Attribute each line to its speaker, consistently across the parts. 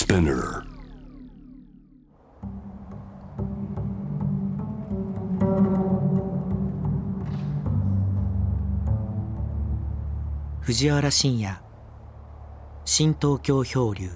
Speaker 1: Spinner.
Speaker 2: 藤原信也、新東京漂流。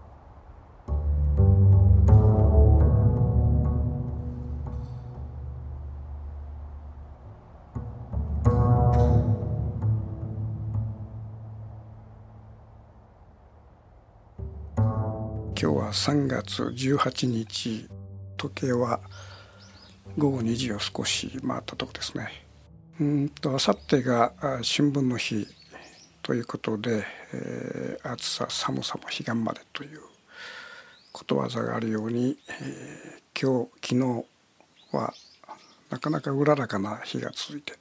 Speaker 3: 今日は3月18日、時計は午後2時を少し回ったとこですね。あさってが春分の日ということで、暑さ寒さも彼岸までということわざがあるように、今日昨日はなかなかうららかな日が続いてて、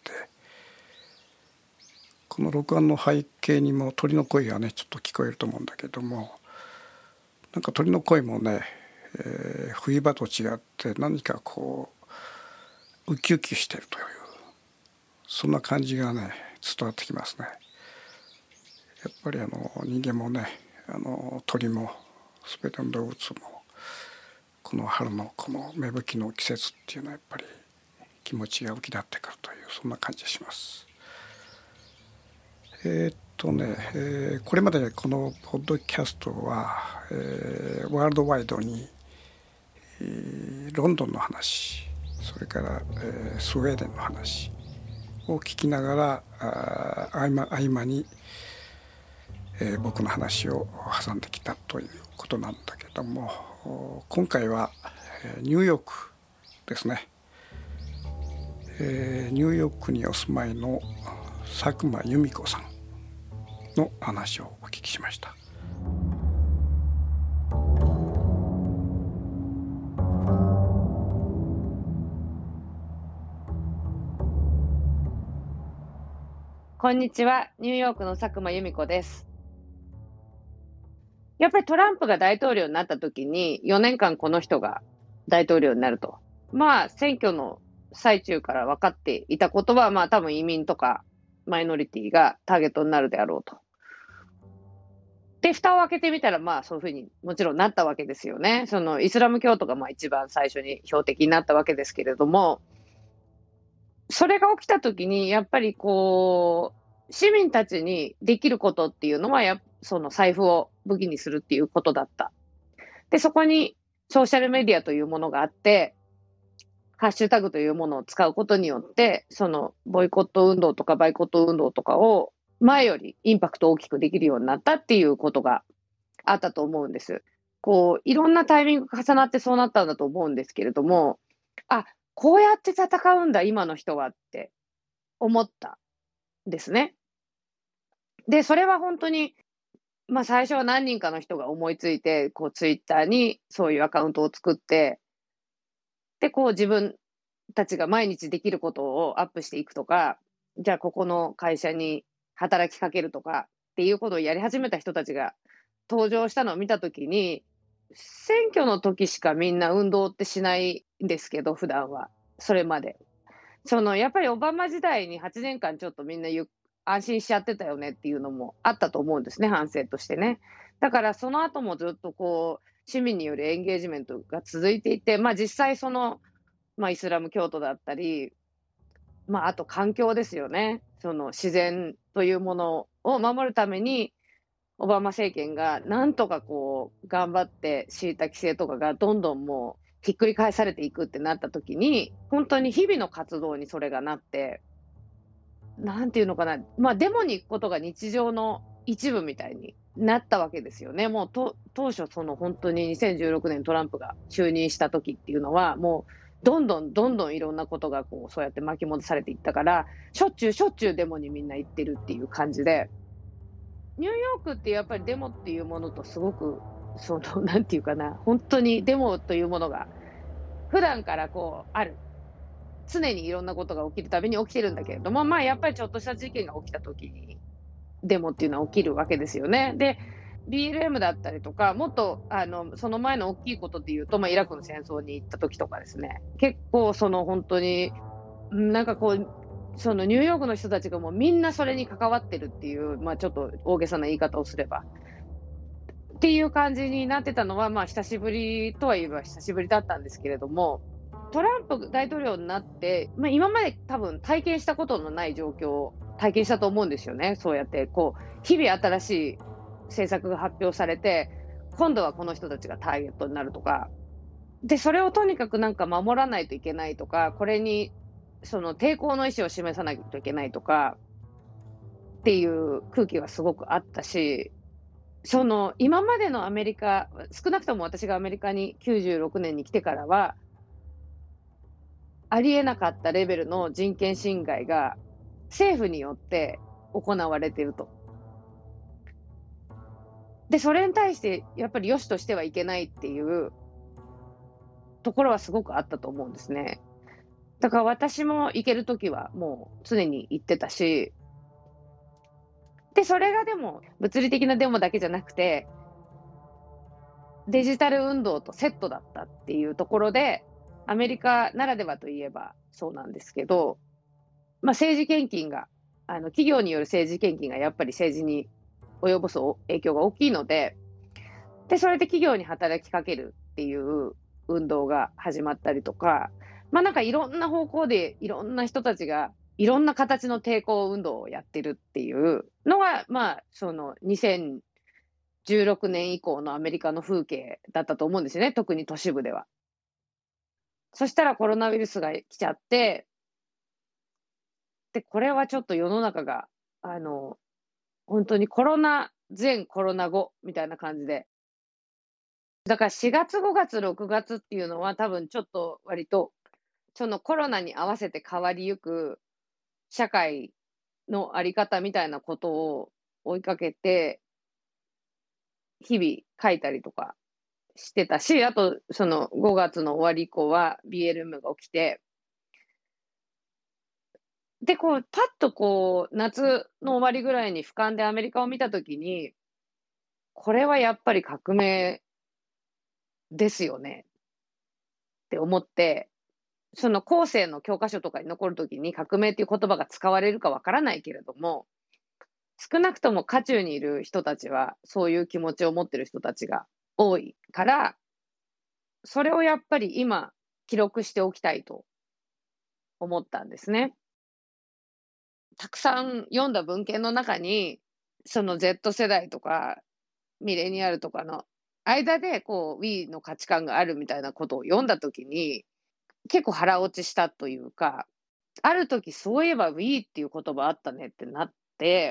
Speaker 3: この録音の背景にも鳥の声がねちょっと聞こえると思うんだけども、なんか鳥の声もね、冬場と違って何かこうウキウキしてるという、そんな感じがね伝わってきますね。やっぱり人間もね、鳥も全ての動物もこの春のこの芽吹きの季節っていうのはやっぱり気持ちが浮き立ってくるという、そんな感じがします。これまでこのポッドキャストは、ワールドワイドに、ロンドンの話、それから、スウェーデンの話を聞きながら合間に、僕の話を挟んできたということなんだけども、今回はニューヨークですね。ニューヨークにお住まいの佐久間由美子さんの話をお聞きしました。
Speaker 4: こんにちは、ニューヨークの佐久間由美子です。やっぱりトランプが大統領になった時に4年間この人が大統領になると。選挙の最中から分かっていたことは、多分移民とかマイノリティがターゲットになるであろうと。で、蓋を開けてみたら、そういうふうにもちろんなったわけですよね。そのイスラム教徒が一番最初に標的になったわけですけれども、それが起きた時に、やっぱり市民たちにできることっていうのは、その財布を武器にするっていうことだった。で、そこにソーシャルメディアというものがあって、ハッシュタグというものを使うことによって、そのボイコット運動とかバイコット運動とかを前よりインパクトを大きくできるようになったっていうことがあったと思うんです。いろんなタイミングが重なってそうなったんだと思うんですけれども、こうやって戦うんだ、今の人はって思ったんですね。で、それは本当に、最初は何人かの人が思いついて、ツイッターにそういうアカウントを作って、で、自分たちが毎日できることをアップしていくとか、じゃあここの会社に働きかけるとかっていうことをやり始めた人たちが登場したのを見たときに、選挙の時しかみんな運動ってしないんですけど、普段は。それまで。やっぱりオバマ時代に8年間ちょっとみんな安心しちゃってたよねっていうのもあったと思うんですね、反省としてね。だからその後もずっと市民によるエンゲージメントが続いていて、実際イスラム教徒だったり、あと環境ですよね。その自然というものを守るために、オバマ政権がなんとか頑張って敷いた規制とかがどんどんもうひっくり返されていくってなった時に、本当に日々の活動にそれがなって、なんていうのかな、デモに行くことが日常の一部みたいになったわけですよね。もう当初本当に2016年トランプが就任した時っていうのは、もうどんどんいろんなことがそうやって巻き戻されていったから、しょっちゅうデモにみんな行ってるっていう感じで、ニューヨークってやっぱりデモっていうものとすごく、なんていうかな、本当にデモというものが普段からある。常にいろんなことが起きるたびに起きてるんだけれども、やっぱりちょっとした事件が起きた時に、デモっていうのは起きるわけですよね。で、BLM だったりとか、もっとその前の大きいことで言うと、イラクの戦争に行った時とかですね、結構本当に、そのニューヨークの人たちがもうみんなそれに関わってるっていう、ちょっと大げさな言い方をすれば、 っていう感じになってたのは、まあ久しぶりとはいえば久しぶりだったんですけれども、トランプ大統領になって、まあ、今まで多分体験したことのない状況を体験したと思うんですよね。そうやってこう日々新しい政策が発表されて、今度はこの人たちがターゲットになるとか、でそれをとにかくなんか守らないといけないとか、これにその抵抗の意思を示さないといけないとかっていう空気はすごくあったし、その今までのアメリカ、少なくとも私がアメリカに96年に来てからは、ありえなかったレベルの人権侵害が政府によって行われていると。で、それに対してやっぱり良しとしてはいけないっていうところはすごくあったと思うんですね。だから私も行けるときはもう常に行ってたし、で、それがでも物理的なデモだけじゃなくて、デジタル運動とセットだったっていうところで、アメリカならではといえばそうなんですけど、まあ、政治献金が、企業による政治献金がやっぱり政治に及ぼす影響が大きいので、で、それで企業に働きかけるっていう運動が始まったりとか、まあなんかいろんな方向でいろんな人たちがいろんな形の抵抗運動をやってるっていうのが、まあその2016年以降のアメリカの風景だったと思うんですよね、特に都市部では。そしたらコロナウイルスが来ちゃって、で、これはちょっと世の中が、本当にコロナ前、コロナ後みたいな感じで。だから4月、5月、6月っていうのは多分ちょっと割と、そのコロナに合わせて変わりゆく社会のあり方みたいなことを追いかけて、日々書いたりとかしてたし、あとその5月の終わり以降は BLM が起きて、で、こう、パッとこう、夏の終わりぐらいに俯瞰でアメリカを見たときに、これはやっぱり革命ですよねって思って、その後世の教科書とかに残るときに革命っていう言葉が使われるかわからないけれども、少なくとも渦中にいる人たちはそういう気持ちを持ってる人たちが多いから、それをやっぱり今記録しておきたいと思ったんですね。たくさん読んだ文献の中に、その Z 世代とかミレニアルとかの間でこう We の価値観があるみたいなことを読んだときに、結構腹落ちしたというか、ある時そういえば We っていう言葉あったねってなって、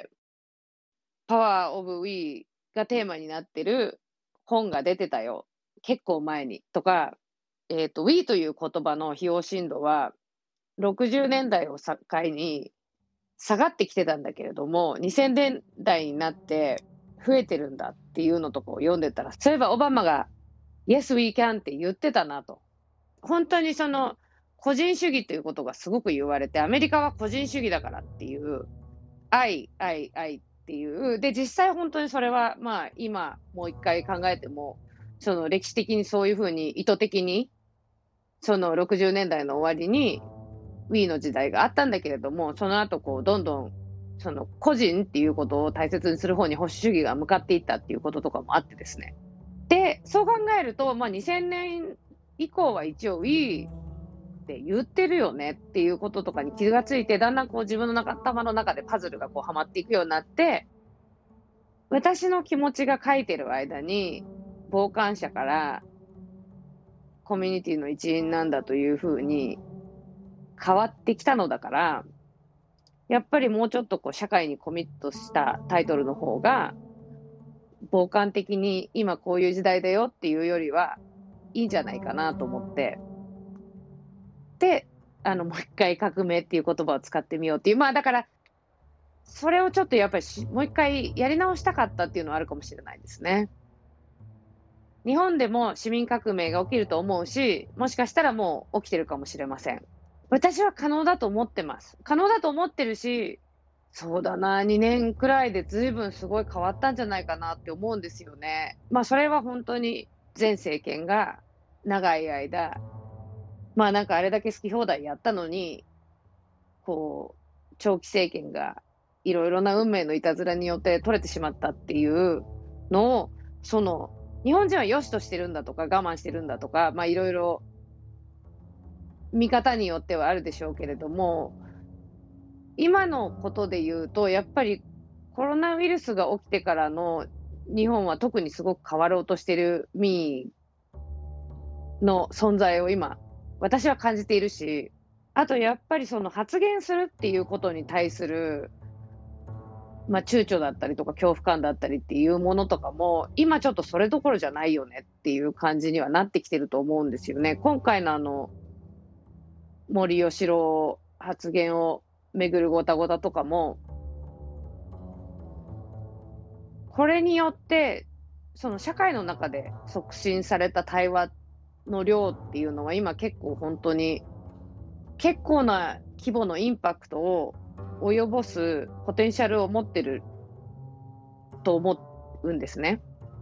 Speaker 4: パワーオブ We がテーマになってる本が出てたよ。結構前に。とか、We という言葉の費用深度は60年代を境に下がってきてたんだけれども、2000年代になって増えてるんだっていうのとかを読んでたら、そういえばオバマが Yes, we can って言ってたなと。本当にその個人主義ということがすごく言われて、アメリカは個人主義だからっていう、愛っていう、で、実際本当にそれは、まあ今もう一回考えても、その歴史的にそういうふうに意図的に、その60年代の終わりに We の時代があったんだけれども、その後こうどんどんその個人っていうことを大切にする方に保守主義が向かっていったっていうこととかもあってですね。で、そう考えると、まあ、2000年以降は一応 We って言ってるよねっていうこととかに気がついて、だんだんこう自分の頭の中でパズルがこうはまっていくようになって、私の気持ちが書いてる間に傍観者からコミュニティの一員なんだというふうに変わってきたのだから、やっぱりもうちょっとこう社会にコミットしたタイトルの方が、傍観的に今こういう時代だよっていうよりはいいんじゃないかなと思って、で、もう一回革命っていう言葉を使ってみようっていう、まあだから、それをちょっとやっぱりもう一回やり直したかったっていうのはあるかもしれないですね。日本でも市民革命が起きると思うし、もしかしたらもう起きてるかもしれません。私は可能だと思ってます。可能だと思ってるし、そうだな、2年くらいで随分すごい変わったんじゃないかなって思うんですよね。まあそれは本当に前政権が長い間、まあなんかあれだけ好き放題やったのに、こう、長期政権がいろいろな運命のいたずらによって取れてしまったっていうのをその日本人は良しとしてるんだとか我慢してるんだとか、いろいろ見方によってはあるでしょうけれども、今のことで言うと、やっぱりコロナウイルスが起きてからの日本は特にすごく変わろうとしている民意の存在を今、私は感じているし、あとやっぱりその発言するっていうことに対する、躊躇だったりとか恐怖感だったりっていうものとかも、今ちょっとそれどころじゃないよねっていう感じにはなってきてると思うんですよね。今回の森喜朗発言をめぐるごたごたとかも、これによって、その社会の中で促進された対話の量っていうのは今結構本当に、結構な規模のインパクトを及ぼすポテンシャルを持ってると思うんですね。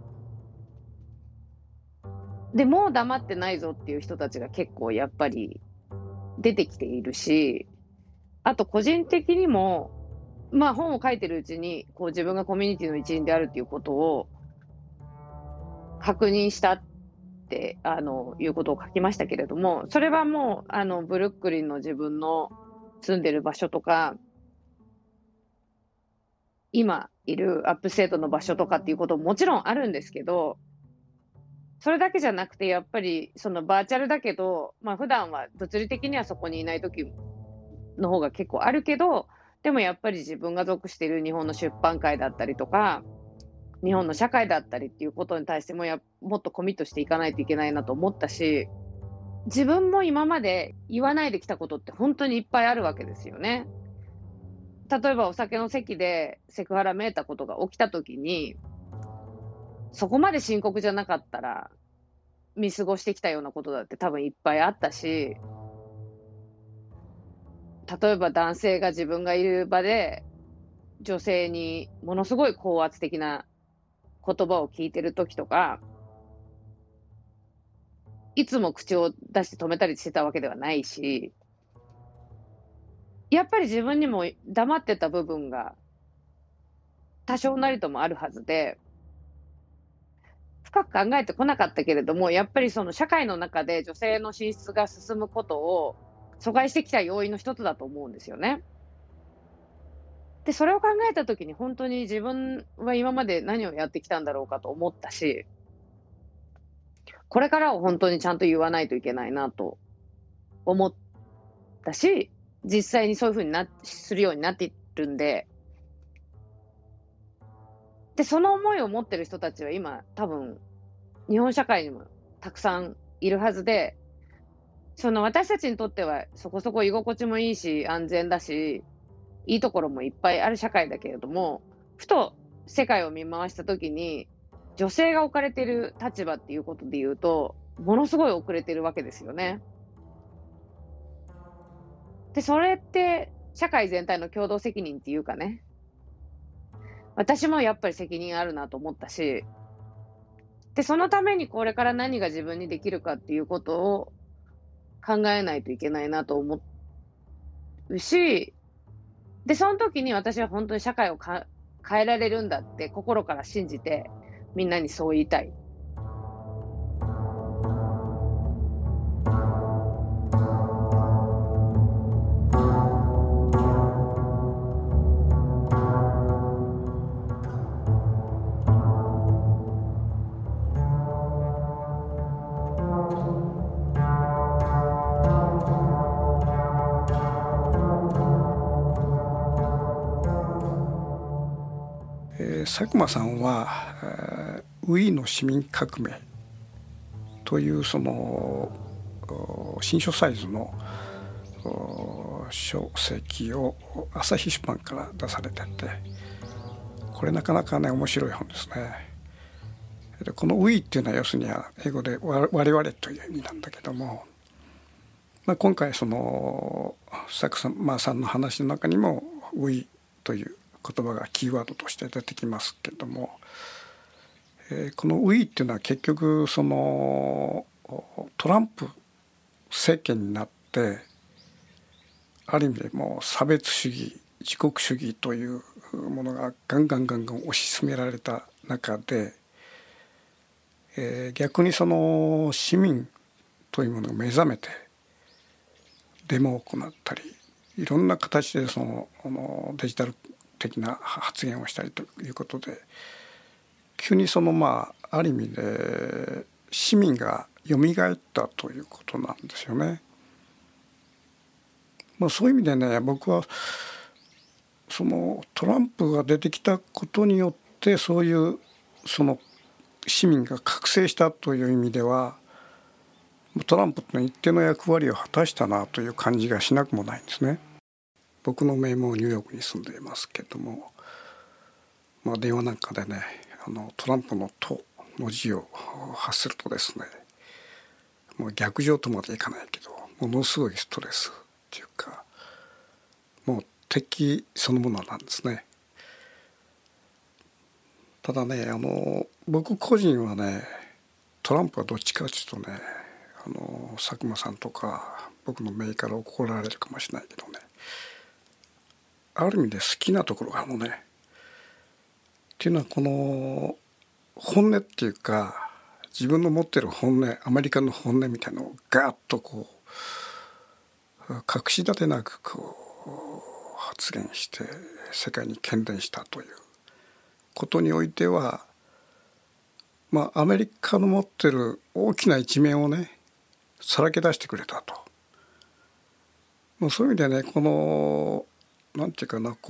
Speaker 4: で、もう黙ってないぞっていう人たちが結構やっぱり出てきているし、あと個人的にも、本を書いてるうちに、自分がコミュニティの一員であるっていうことを確認したっていうことを書きましたけれども、それはもうブルックリンの自分の住んでる場所とか、今いるアップステートの場所とかっていうことももちろんあるんですけど、それだけじゃなくてやっぱりそのバーチャルだけど、普段は物理的にはそこにいない時の方が結構あるけど、でもやっぱり自分が属している日本の出版界だったりとか、日本の社会だったりっていうことに対してももっとコミットしていかないといけないなと思ったし、自分も今まで言わないできたことって本当にいっぱいあるわけですよね。例えばお酒の席でセクハラめいたことが起きたときに、そこまで深刻じゃなかったら見過ごしてきたようなことだって多分いっぱいあったし、例えば男性が自分がいる場で女性にものすごい高圧的な言葉を聞いてるときとか、いつも口を出して止めたりしてたわけではないし、やっぱり自分にも黙ってた部分が多少なりともあるはずで、深く考えてこなかったけれども、やっぱりその社会の中で女性の進出が進むことを阻害してきた要因の一つだと思うんですよね。で、それを考えたときに本当に自分は今まで何をやってきたんだろうかと思ったし、これからは本当にちゃんと言わないといけないなと思ったし、実際にそういうふうにするようになっているんで、その思いを持ってる人たちは今多分日本社会にもたくさんいるはずで、その私たちにとってはそこそこ居心地もいいし安全だし、いいところもいっぱいある社会だけれども、ふと世界を見回したときに、女性が置かれている立場っていうことで言うと、ものすごい遅れてるわけですよね。で、それって社会全体の共同責任っていうかね、私もやっぱり責任あるなと思ったし、で、そのためにこれから何が自分にできるかっていうことを考えないといけないなと思うし、で、その時に私は本当に社会を変えられるんだって心から信じて、みんなにそう言いたい。
Speaker 3: 佐久間さんは、ウィーンの市民革命というその新書サイズの書籍を朝日出版から出されてて、これなかなかね面白い本ですね。でこの We っていうのは要するには英語で我々という意味なんだけども、今回その佐久間さんの話の中にも We という言葉がキーワードとして出てきますけども、この We っていうのは結局そのトランプ政権になってある意味でもう差別主義自国主義というものがガンガン押し進められた中で、 逆にその市民というものが目覚めてデモを行ったり、いろんな形でそのデジタル的な発言をしたりということで、急にそのある意味で市民が蘇ったということなんですよね。そういう意味でね、僕はそのトランプが出てきたことによってそういうその市民が覚醒したという意味では、トランプの一定の役割を果たしたなという感じがしなくもないんですね。僕の姪もニューヨークに住んでいますけども、電話なんかでね、トランプの「と」の字を発するとですね、もう逆上とまでいかないけど、ものすごいストレスっていうか、もう敵そのものなんですね。ただね、僕個人はね、トランプはどっちかというとね、佐久間さんとか僕の姪から怒られるかもしれないけどね、ある意味で好きなところがね、っていうのはこの本音っていうか、自分の持ってる本音、アメリカの本音みたいなのをガーッとこう隠し立てなくこう発言して世界に喧伝したということにおいては、アメリカの持ってる大きな一面をねさらけ出してくれたと。そういう意味でね、このなんていうかな、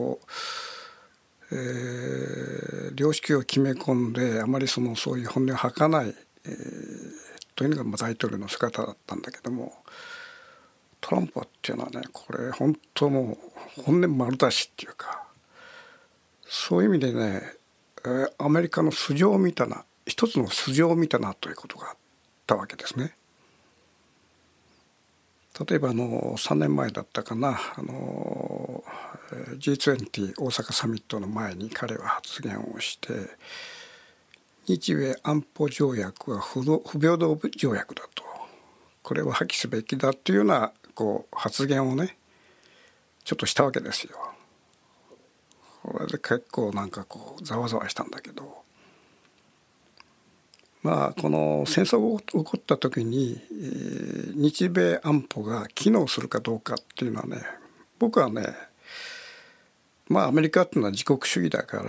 Speaker 3: 良識を決め込んであまりそういう本音を吐かない、というのが大統領の姿だったんだけども、トランプっていうのはね、これ本当もう本音丸出しっていうか、そういう意味でね、アメリカの素性を見たな、一つの素性を見たなということがあったわけですね。例えば3年前だったかな、G20 大阪サミットの前に彼は発言をして、日米安保条約は不平等条約だと、これを破棄すべきだというような発言をねちょっとしたわけですよ。これで結構ざわざわしたんだけど、この戦争が起こった時に日米安保が機能するかどうかっていうのはね、僕はね、アメリカっていうのは自国主義だから、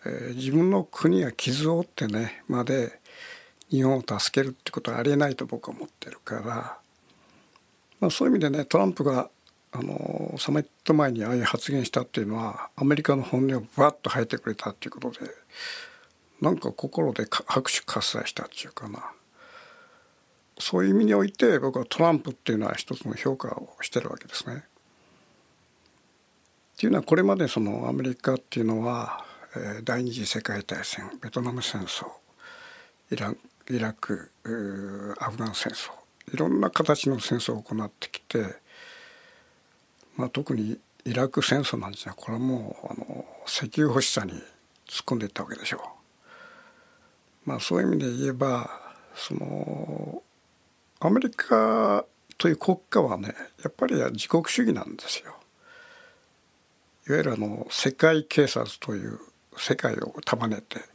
Speaker 3: 自分の国が傷を負ってねまで日本を助けるってことはありえないと僕は思ってるから、そういう意味でね、トランプがサミット前にああいう発言したっていうのはアメリカの本音をバッと吐いてくれたっていうことで、心で拍手喝采したっていうかな、そういう意味において僕はトランプっていうのは一つの評価をしてるわけですね。っていうのは、これまでアメリカっていうのは、第二次世界大戦、ベトナム戦争、イラク、アフガン戦争、いろんな形の戦争を行ってきて、特にイラク戦争なんですね、これはもう石油欲しさに突っ込んでいったわけでしょう。そういう意味で言えばアメリカという国家はね、やっぱり自国主義なんですよ。いわゆる世界警察という世界を束ねて、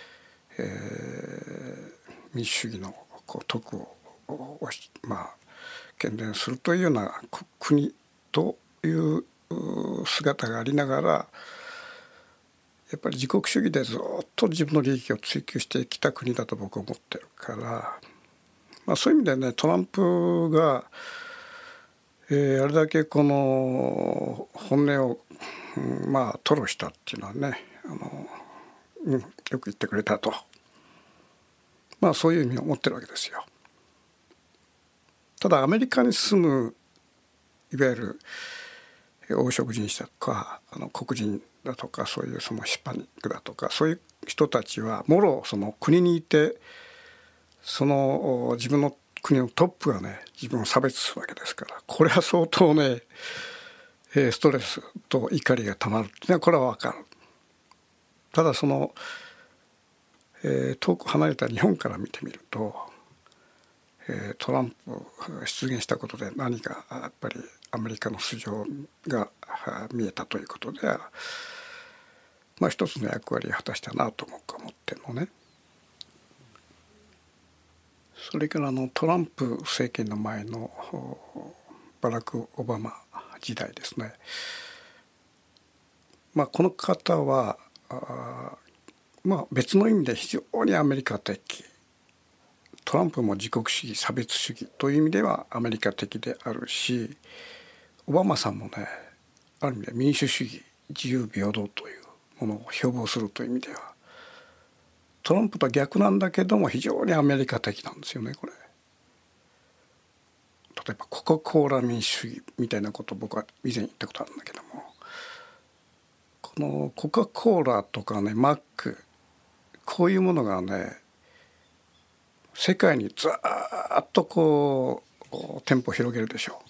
Speaker 3: 民主主義の徳を喧伝するというような国という姿がありながら、やっぱり自国主義でずっと自分の利益を追求してきた国だと僕は思ってるから、そういう意味でね、トランプが、あれだけこの本音を吐露したっていうのはね、よく言ってくれたと、そういう意味を持ってるわけですよ。ただアメリカに住むいわゆる黄色人種だとか黒人だとか、そういうヒスパニックだとか、そういう人たちはもろ国にいて自分の国のトップがね自分を差別するわけですから、これは相当ねストレスと怒りがたまるっていうのはこれは分かる。ただ遠く離れた日本から見てみると、トランプ出現したことで何かやっぱりアメリカの素性が見えたということでは、一つの役割を果たしたなと僕は思ってるのね。 それからトランプ政権の前のバラク・オバマ時代ですね。この方は別の意味で非常にアメリカ的、トランプも自国主義差別主義という意味ではアメリカ的であるし、オバマさんもね、ある意味で民主主義自由平等というものを標榜するという意味ではトランプと逆なんだけども非常にアメリカ的なんですよね。これ例えばコカ・コーラ民主主義みたいなことを僕は以前言ったことあるんだけども、このコカ・コーラとかね、マック、こういうものがね世界にずーっとこう店舗を広げるでしょ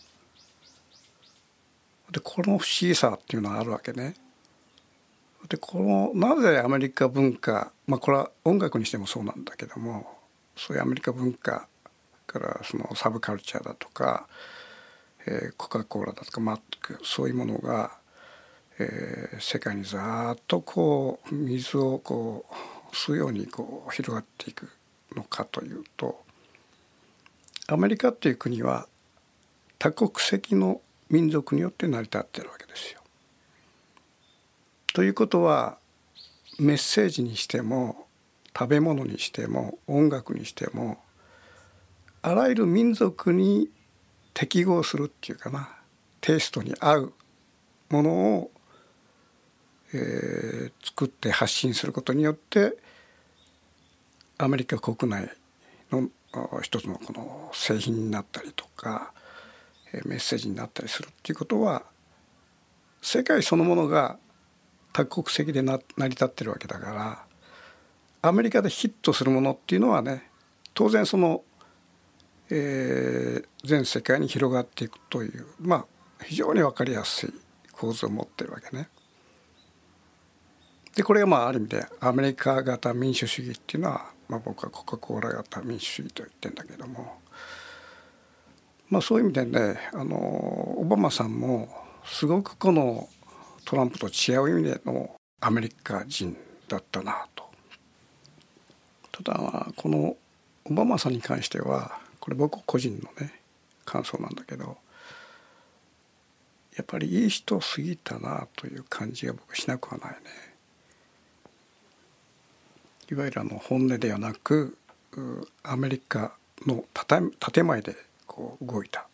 Speaker 3: う。でこの不思議さっていうのはあるわけね。でなぜアメリカ文化、これは音楽にしてもそうなんだけども、そういうアメリカ文化からそのサブカルチャーだとか、コカ・コーラだとかマック、そういうものが、世界にざーっとこう水をこう吸うようにこう広がっていくのかというと、アメリカっていう国は多国籍の民族によって成り立っているわけですよ。ということはメッセージにしても食べ物にしても音楽にしてもあらゆる民族に適合するっていうかな、テイストに合うものを、作って発信することによってアメリカ国内の一つのこの製品になったりとかメッセージになったりするっていうことは、世界そのものが多国籍で成り立ってるわけだから、アメリカでヒットするものっていうのはね、当然その、全世界に広がっていくという、非常に分かりやすい構図を持ってるわけね。でこれがある意味でアメリカ型民主主義っていうのは、僕はコカ・コーラ型民主主義と言ってるんだけども、そういう意味でね、オバマさんもすごくこのトランプと違う意味でのアメリカ人だったなと。ただこのオバマさんに関してはこれ僕個人のね感想なんだけど、やっぱりいい人すぎたなという感じが僕しなくはないね。いわゆる本音ではなくアメリカの建前でこう動いた、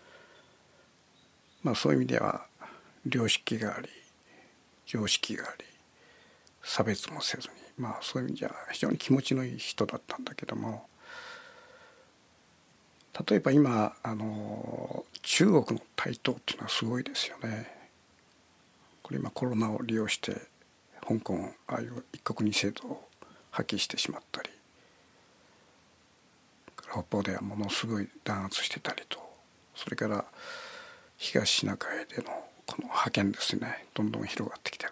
Speaker 3: そういう意味では良識があり常識があり差別もせずに、そういう意味じゃ非常に気持ちのいい人だったんだけども、例えば今中国の台頭っていうのはすごいですよね。これ今コロナを利用して香港ああいう一国二制度を破棄してしまったり、北方ではものすごい弾圧してたりと、それから東シナ海でのこの覇権ですね、どんどん広がってきて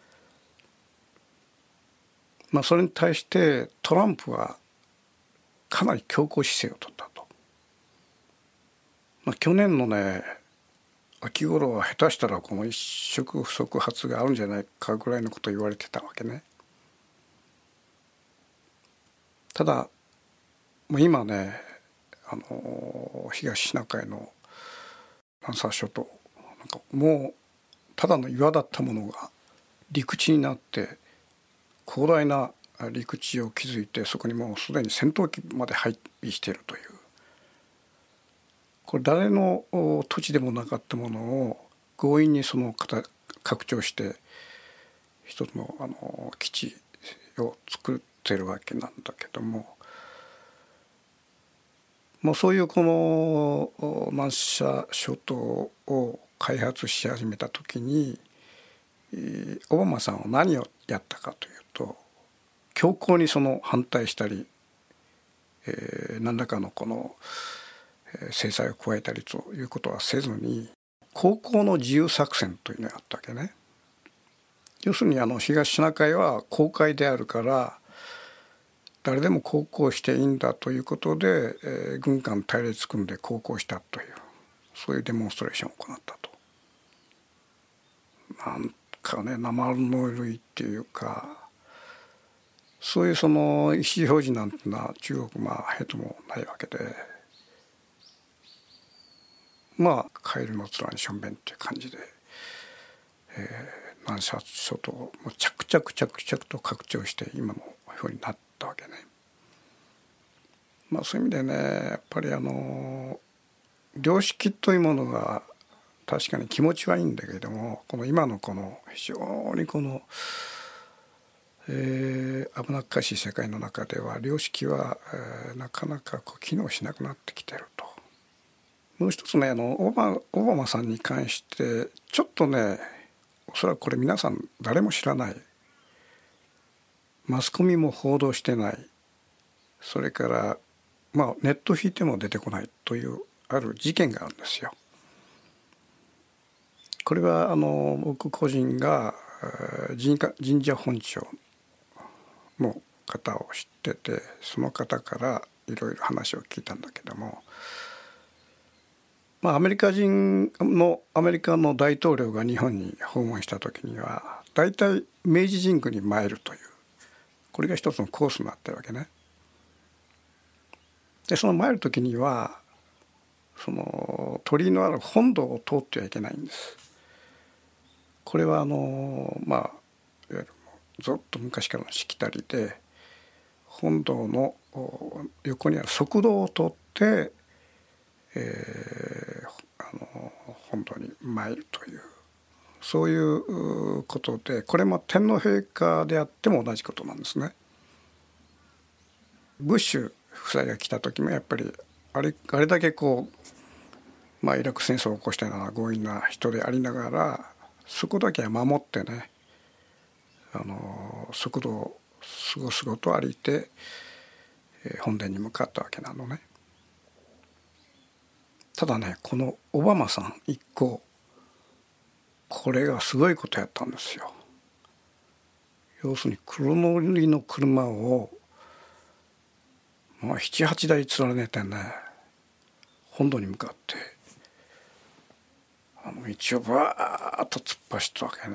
Speaker 3: る。それに対してトランプはかなり強硬姿勢を取ったと。去年のね秋頃は下手したらこの一触即発があるんじゃないかぐらいのことを言われてたわけね。ただ今ね東シナ海の南沙諸島もうただの岩だったものが陸地になって広大な陸地を築いて、そこにもうすでに戦闘機まで配備しているという、これ誰の土地でもなかったものを強引に拡張して一つの基地を作ってるわけなんだけども、そういうこの南沙諸島を開発し始めた時にオバマさんは何をやったかというと、強硬に反対したり、何らかのこの制裁を加えたりということはせずに、航行の自由作戦というのをやったわけね。要するに東シナ海は公海であるから誰でも航行していいんだということで、軍艦隊列組んで航行したという、そういうデモンストレーションを行ったと。なんかね生ぬるいっていうか、 そういうその意思表示なんてのは中国へともないわけで、カエルの面にしょんべんっていう感じで、南沙諸島も着々と拡張して今のようになったわけね。そういう意味でね、やっぱり良識というものが確かに気持ちはいいんだけれども、この今のこの非常にこの、危なっかしい世界の中では良識は、なかなか機能しなくなってきていると。もう一つね、オバマさんに関してちょっとね、おそらくこれ皆さん誰も知らない、マスコミも報道してない、それからネット引いても出てこないというある事件があるんですよ。これは僕個人が神社本庁の方を知ってて、その方からいろいろ話を聞いたんだけども、アメリカの大統領が日本に訪問した時には大体明治神宮に参るという、これが一つのコースになってるわけね。でその参る時にはその鳥居のある本堂を通ってはいけないんです。これはいわゆるずっと昔からのしきたりで、本堂の横にある側道を通って、本堂に参るという、そういうことで、これも天皇陛下であっても同じことなんですね。ブッシュ夫妻が来た時もやっぱりあれだけイラク戦争を起こしたような強引な人でありながら、そこだけは守ってね、速度をすごすごと歩いて、本殿に向かったわけなのね。ただね、このオバマさん一行、これがすごいことやったんですよ。要するに黒塗りの車を7、8台連ねてね、本堂に向かって道をバーッと突っ走ったわけね。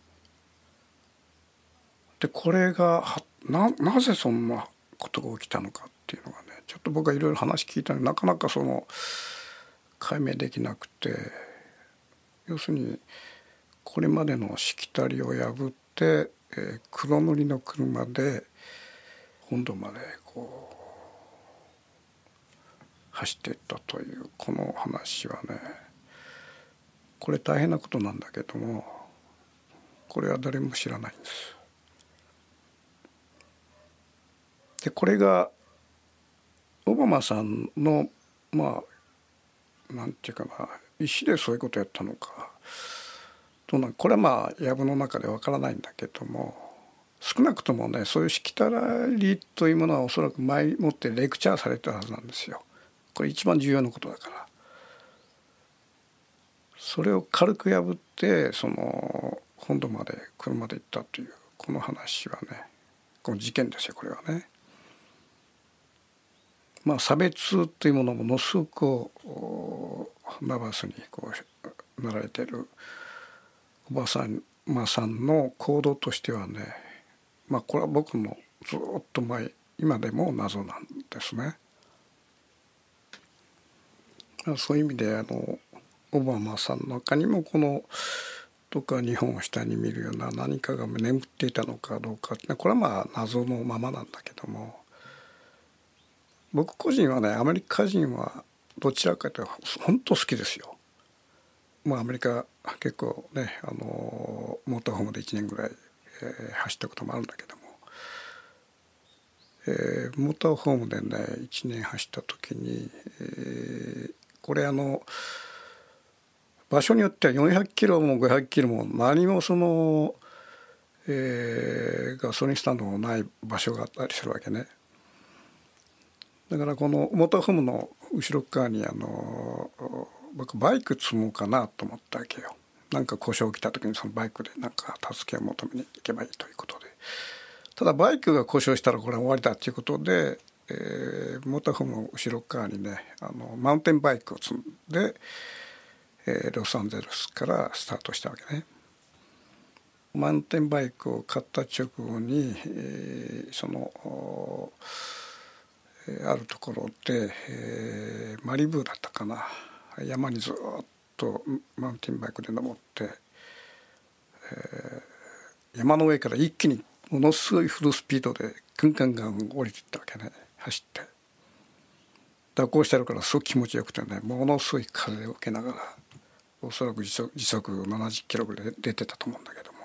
Speaker 3: でこれがなぜそんなことが起きたのかっていうのがね、ちょっと僕はいろいろ話聞いたのになかなか解明できなくて、要するにこれまでのしきたりを破って、黒塗りの車で本土まで走っていったというこの話はね、これ大変なことなんだけども、これは誰も知らないんです。でこれがオバマさんのなんていうかな、意思でそういうことをやったのかどうなん、これは藪の中でわからないんだけども、少なくともね、そういうしきたりというものはおそらく前もってレクチャーされたはずなんですよ。これ一番重要なことだから、それを軽く破って本土まで車で行ったというこの話はね、この事件ですよ、これはね。差別というものをものすごくナバスになられているおばさんの行動としてはね、これは僕もずっと今でも謎なんですね。そういう意味でオバマさんの中にもどっか日本を下に見るような何かが眠っていたのかどうかって、これは謎のままなんだけども、僕個人はね、アメリカ人はどちらかというと本当好きですよ。アメリカ結構ね、モーターホームで1年ぐらい、走ったこともあるんだけども、モーターホームでね1年走った時に、これ場所によっては400キロも500キロも何もガソリンスタンドもない場所があったりするわけね。だからこのモーターホームの後ろ側に僕バイク積もうかなと思ったわけよ。なんか故障起きた時にそのバイクでなんか助けを求めに行けばいいということで、ただバイクが故障したらこれは終わりだということで、モーターホームの後ろ側にねマウンテンバイクを積んで、ロサンゼルスからスタートしたわけね。 マウンテンバイクを買った直後に、あるところで、マリブーだったかな、山にずっとマウンテンバイクで登って、山の上から一気にものすごいフルスピードでガンガンガン降りていったわけね、走って。蛇行してるからすごく気持ちよくてね、ものすごい風を受けながら、おそらく時速70キロぐらい出てたと思うんだけども、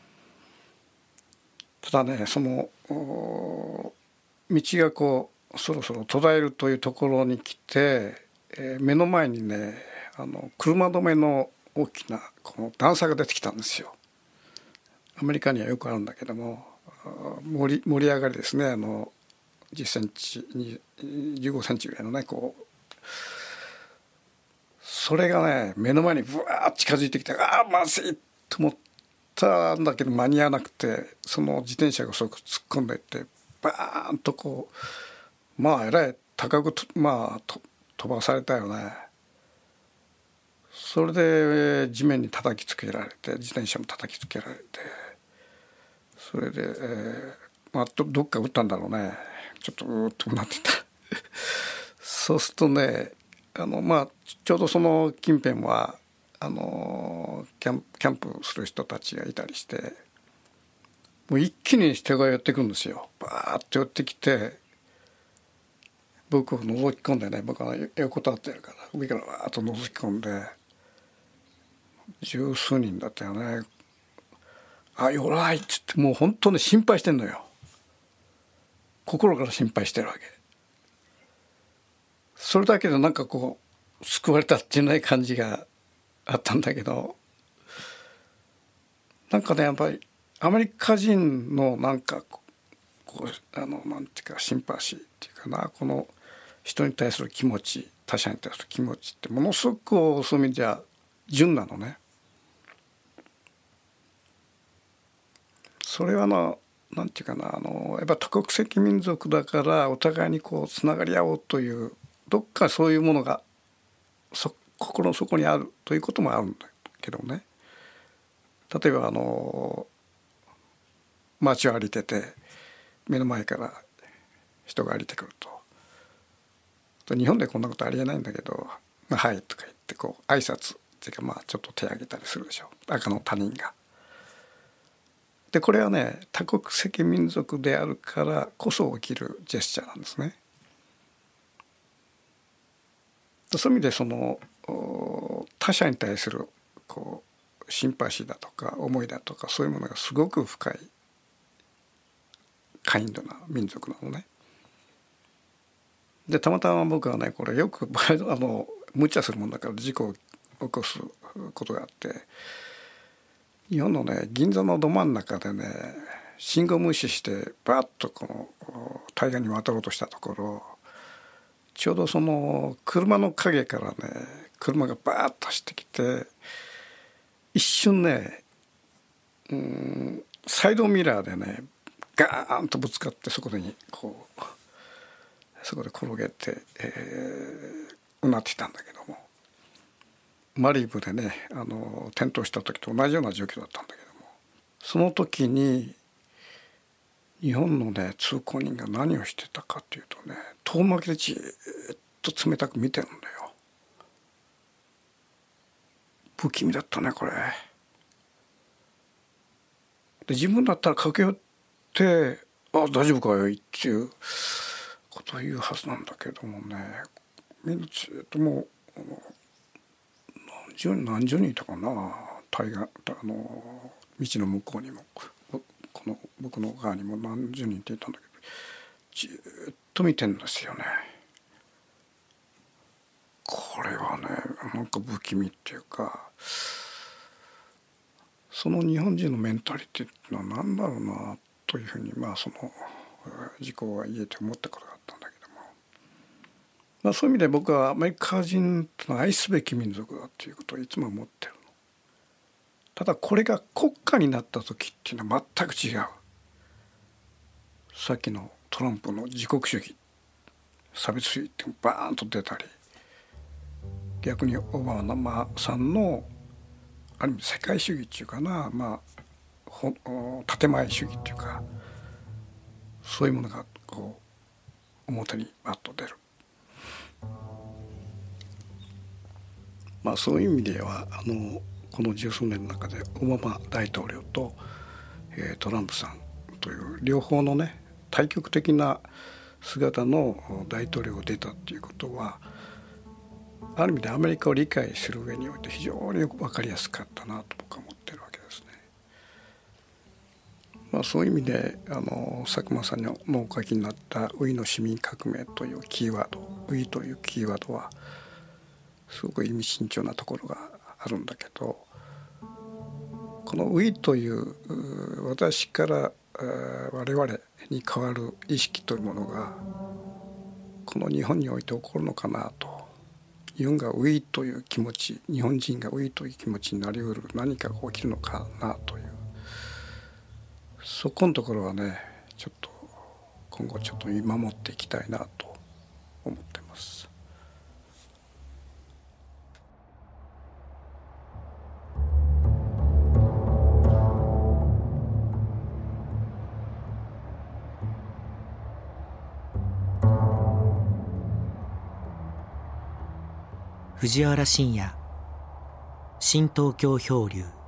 Speaker 3: ただね、その道がこうそろそろ途絶えるというところに来て、目の前にね、車止めの大きなこの段差が出てきたんですよ。アメリカにはよくあるんだけども、盛り上がりですね、10センチ15センチぐらいのね、こうそれがね、目の前にブワーッ近づいてきて、ああまずいと思ったんだけど間に合わなくて、その自転車がそこ突っ込んでいってバーンとこう、まあえらい高く飛ばされたよね。それで地面に叩きつけられて、自転車も叩きつけられて、それで、どっか打ったんだろうね。ちょっとうーっとなってたそうするとね、ちょうどその近辺はキャンプする人たちがいたりして、もう一気に人が寄ってくるんですよ。バーッと寄ってきて、僕を覗き込んでね、僕は横たわってるから上からバーッと覗き込んで、十数人だったよね。あ、よらいっつって、もう本当に心配してんのよ。心から心配してるわけ。それだけでなんかこう救われたっていうね感じがあったんだけど、なんかね、やっぱりアメリカ人のなんかこうなんていうかシンパシーっていうかな、この人に対する気持ち、他者に対する気持ちってものすごくそういう意味じゃ純なのね。それはなんていうかな、やっぱ多国籍民族だからお互いにこうつながり合おうというどっかそういうものが心の底にあるということもあるんだけどね。例えば街を歩いてて目の前から人が歩いてくると、日本でこんなことありえないんだけど「はい」とか言ってこう挨拶っていうか、ちょっと手を挙げたりするでしょ、赤の他人が。でこれはね、多国籍民族であるからこそ起きるジェスチャーなんですね。そういう意味でその他者に対するこうシンパシーだとか思いだとかそういうものがすごく深いカインドな民族なのね。でたまたま僕はね、これよく無茶するもんだから事故を起こすことがあって、日本のね銀座のど真ん中でね、信号無視してバッとこの対岸に渡ろうとしたところ、ちょうどその車の陰からね車がバーッと走ってきて、一瞬ね、サイドミラーでねガーンとぶつかって、そこで転げて、うなっていたんだけども、マリブでね転倒した時と同じような状況だったんだけども、その時に日本のね通行人が何をしてたかっていうとね、遠巻きでじーっと冷たく見てるんだよ。不気味だったねこれ。で自分だったら駆け寄って「あ、大丈夫かよ」っていうことを言うはずなんだけどもね、みんなずっともう何十人いたかな、道の向こうにもこの僕の側にも何十人っていたんだけど、じっと見てんですよね。これはねなんか不気味っていうか、その日本人のメンタリティっていうのは何だろうなというふうにその事故が言えて思ったことがあったんだけども、そういう意味で僕はアメリカ人と愛すべき民族だということをいつも思ってるの。ただこれが国家になった時っていうのは全く違う。さっきのトランプの自国主義、差別主義ってバーンと出たり、逆にオバマさんのある意味世界主義っていうかな、 建前主義というか、そういうものがこう表にバッと出る。そういう意味ではこの十数年の中でオバマ大統領と、トランプさんという両方のね対極的な姿の大統領が出たっていうことは、ある意味でアメリカを理解する上において非常によく分かりやすかったなと僕は思ってるわけですね。そういう意味で佐久間さんのお書きになった「ウィの市民革命」というキーワード、ウィというキーワードはすごく意味深長なところがあるんだけど、この「ウィ」という私から我々に変わる意識というものがこの日本において起こるのかなと。日本が「ウィ」という気持ち、日本人が「ウィ」という気持ちになりうる何かが起きるのかなという、そこのところはねちょっと今後ちょっと見守っていきたいなと思ってます。
Speaker 2: 藤原信也、新東京漂流。